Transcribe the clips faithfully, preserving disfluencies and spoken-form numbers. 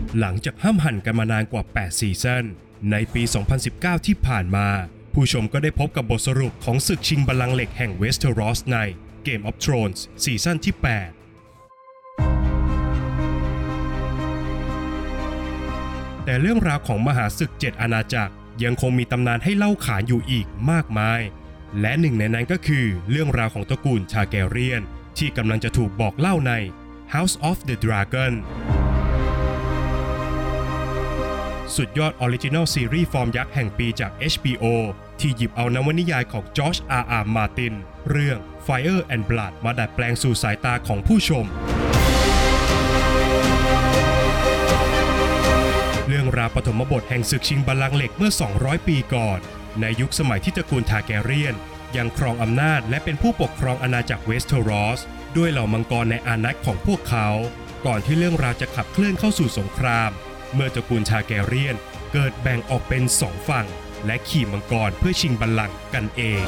หลังจากห้ำหั่นกันมานานกว่าแปดซีซั่นในปี สองพันสิบเก้า ที่ผ่านมาผู้ชมก็ได้พบกับบทสรุปของศึกชิงบัลลังก์เหล็กแห่งเวสเทอรอสใน Game of Thrones ซีซั่นที่ แปด แต่เรื่องราวของมหาศึกเจ็ดอาณาจักรยังคงมีตำนานให้เล่าขานอยู่อีกมากมายและหนึ่งในนั้นก็คือเรื่องราวของตระกูลทาร์แกเรียนที่กำลังจะถูกบอกเล่าใน House of the Dragon สุดยอดออริจินัลซีรีส์ฟอร์มยักษ์แห่งปีจาก เอช บี โอ ที่หยิบเอานวนิยายของจอร์จ อาร์ อาร์ มาร์ตินเรื่อง Fire and Blood มาดัดแปลงสู่สายตาของผู้ชมเรื่องราวปฐมบทแห่งศึกชิงบัลลังก์เหล็กเมื่อสองร้อยปีก่อนในยุคสมัยที่ตระกูลทาร์แกเรียนยังครองอำนาจและเป็นผู้ปกครองอาณาจักรเวสเทอรอสด้วยเหล่ามังกรในอาณาจักรของพวกเขาก่อนที่เรื่องราวจะขับเคลื่อนเข้าสู่สงครามเมื่อตระกูลทาร์แกเรียนเกิดแบ่งออกเป็นสองฝั่งและขี่มังกรเพื่อชิงบัลลังก์กันเอง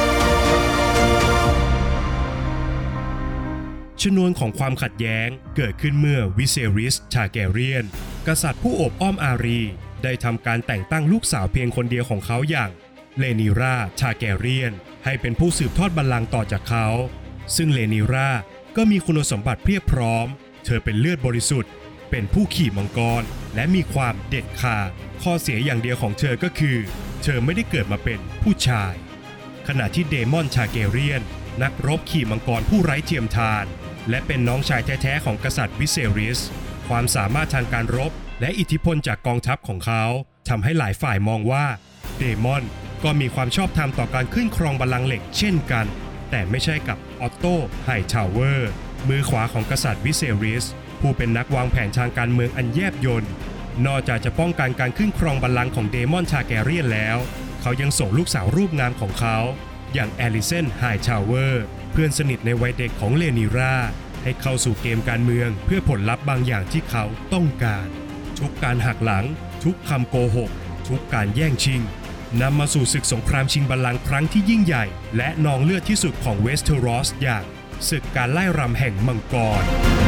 ชนวนของความขัดแย้งเกิดขึ้นเมื่อวิเซริส ทาร์แกเรียนกษัตริย์ผู้โอบอ้อมอารีได้ทำการแต่งตั้งลูกสาวเพียงคนเดียวของเขาอย่างเลนิรา ทาร์แกเรียนให้เป็นผู้สืบทอดบัลลังก์ต่อจากเขาซึ่งเลนิราก็มีคุณสมบัติเพียบพร้อมเธอเป็นเลือดบริสุทธิ์เป็นผู้ขี่มังกรและมีความเด็ดขาดข้อเสียอย่างเดียวของเธอก็คือเธอไม่ได้เกิดมาเป็นผู้ชายขณะที่เดมอน ทาร์แกเรียนนักรบขี่มังกรผู้ไร้เทียมทานและเป็นน้องชายแท้ๆของกษัตริย์วิเซริสความสามารถทางการรบและอิทธิพลจากกองทัพของเขาทำให้หลายฝ่ายมองว่าเดมอนก็มีความชอบธรรมต่อการขึ้นครองบัลลังก์เหล็กเช่นกันแต่ไม่ใช่กับออตโต ไฮทาวเวอร์มือขวาของกษัตริย์วิเซริสผู้เป็นนักวางแผนทางการเมืองอันแยบยลนอกจากจะป้องกันการขึ้นครองบัลลังก์ของเดมอน ทาร์แกเรียนแล้วเขายังส่งลูกสาวรูปงามของเขาอย่างแอลิเซน ไฮทาวเวอร์เพื่อนสนิทในวัยเด็กของเลนิราให้เข้าสู่เกมการเมืองเพื่อผลลัพธ์บางอย่างที่เขาต้องการทุกการหักหลังทุกคำโกหกทุกการแย่งชิงนำมาสู่ศึกสงครามชิงบัลลังก์ครั้งที่ยิ่งใหญ่และนองเลือดที่สุดของเวสเทอรอสอย่างศึกการไล่รำแห่งมังกร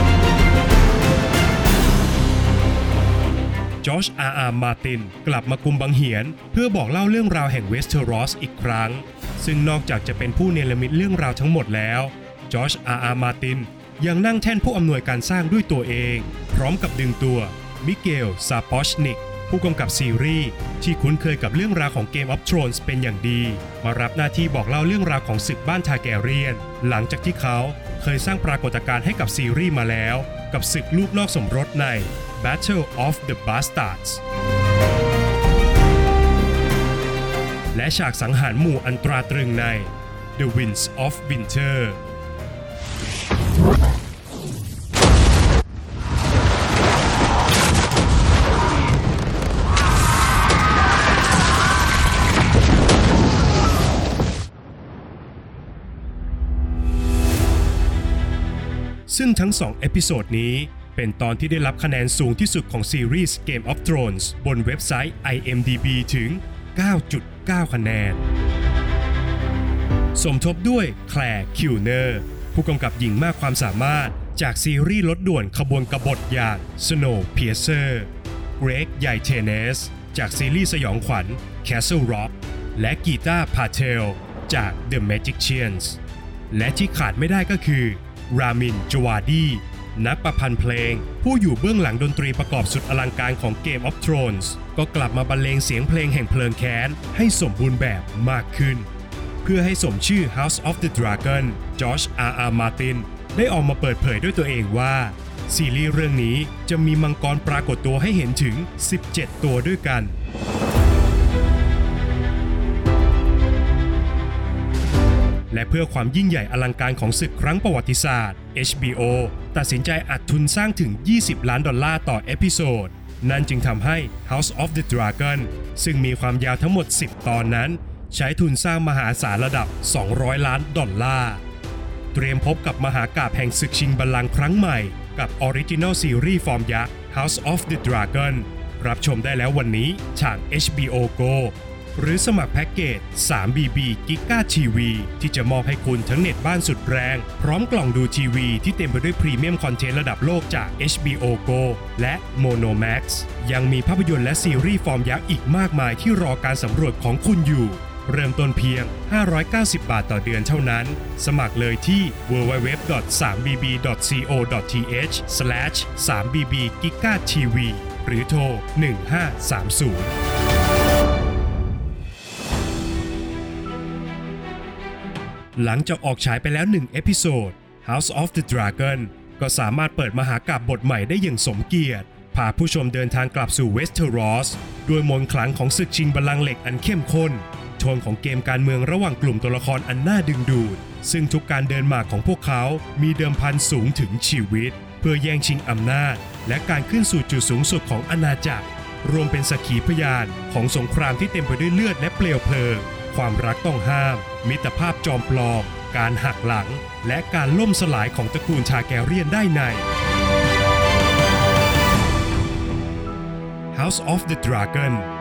จอร์จ อาร์ อาร์ มาร์ตินกลับมากุมบังเหียนเพื่อบอกเล่าเรื่องราวแห่งเวสเทอรอสอีกครั้งซึ่งนอกจากจะเป็นผู้เนรมิตเรื่องราวทั้งหมดแล้วจอร์จ อาร์ อาร์ มาร์ตินยังนั่งแท่นผู้อำนวยการสร้างด้วยตัวเองพร้อมกับดึงตัวมิเกล ซาปอชนิกผู้กำกับซีรีส์ที่คุ้นเคยกับเรื่องราวของ Game of Thrones เป็นอย่างดีมารับหน้าที่บอกเล่าเรื่องราวของศึกบ้านทาร์แกเรียนหลังจากที่เขาเคยสร้างปรากฏการณ์ให้กับซีรีส์มาแล้วกับศึกลูกนอกสมรสใน Battle of the Bastards และฉากสังหารหมู่อันตราตรึงใน The Winds of Winterซึ่งทั้งสองเอพิโซดนี้เป็นตอนที่ได้รับคะแนนสูงที่สุดของซีรีส์ Game of Thrones บนเว็บไซต์ ไอ เอ็ม ดี บี ถึง เก้าจุดเก้า คะแนนสมทบด้วยแคลร์ คิวเนอร์ผู้กำกับหญิงมากความสามารถจากซีรีส์รถด่วนขบวนกบฏอย่าง Snowpiercer เกรก ไยเทเนสจากซีรีส์สยองขวัญ Castle Rock และกีตาร์ พาเทลจาก The Magicians และที่ขาดไม่ได้ก็คือรามิน จวาดีนักประพันธ์เพลงผู้อยู่เบื้องหลังดนตรีประกอบสุดอลังการของ Game of Thrones ก็กลับมาบรรเลงเสียงเพลงแห่งเพลิงแค้นให้สมบูรณ์แบบมากขึ้นเพื่อให้สมชื่อ House of the Dragon จอร์จ อาร์ อาร์ มาร์ตินได้ออกมาเปิดเผยด้วยตัวเองว่าซีรีส์เรื่องนี้จะมีมังกรปรากฏตัวให้เห็นถึงสิบเจ็ดตัวด้วยกันและเพื่อความยิ่งใหญ่อลังการของศึกครั้งประวัติศาสตร์ เอช บี โอ ตัดสินใจอัดทุนสร้างถึงยี่สิบล้านดอลลาร์ต่อเอพิโซดนั่นจึงทำให้ House of the Dragon ซึ่งมีความยาวทั้งหมดสิบตอนนั้นใช้ทุนสร้างมหาศาลระดับสองร้อยล้านดอลลาร์เตรียมพบกับมหากาพย์แห่งศึกชิงบัลลังก์ครั้งใหม่กับ Original Series ฟอร์มยักษ์ House of the Dragon รับชมได้แล้ววันนี้ทาง เอช บี โอ Go หรือสมัครแพ็กเกจ ทรี บี บี Giga ที วี ที่จะมอบให้คุณทั้งเน็ตบ้านสุดแรงพร้อมกล่องดูทีวีที่เต็มไปด้วยพรีเมียมคอนเทนต์ระดับโลกจาก เอช บี โอ Go และ Mono Max ยังมีภาพยนตร์และซีรีส์ฟอร์มยักษ์อีกมากมายที่รอการสำรวจของคุณอยู่เริ่มต้นเพียงห้าร้อยเก้าสิบบาทต่อเดือนเท่านั้นสมัครเลยที่ ดับเบิลยู ดับเบิลยู ดับเบิลยู ดอท ทรี บี บี ดอท ซี โอ ดอท ที เอช สแลช ทรี บี บี กิกา ที วี หรือโทรหนึ่งห้าสามศูนย์หลังจากออกฉายไปแล้วหนึ่งเอพิโซด House of the Dragon ก็สามารถเปิดมหากาพย์บทใหม่ได้อย่างสมเกียรติพาผู้ชมเดินทางกลับสู่เวสเทอรอสด้วยมนต์ขลังของศึกชิงบัลลังก์เหล็กอันเข้มข้นโทนของเกมการเมืองระหว่างกลุ่มตัวละครอันน่าดึงดูดซึ่งทุกการเดินหมากของพวกเขามีเดิมพันสูงถึงชีวิตเพื่อแย่งชิงอำนาจและการขึ้นสู่จุดสูงสุดของอาณาจักรรวมเป็นสักขีพยานของสงครามที่เต็มไปด้วยเลือดและเปลวเพลิงความรักต้องห้ามมิตรภาพจอมปลอมการหักหลังและการล่มสลายของตระกูลทาร์แกเรียนได้ใน House of the Dragon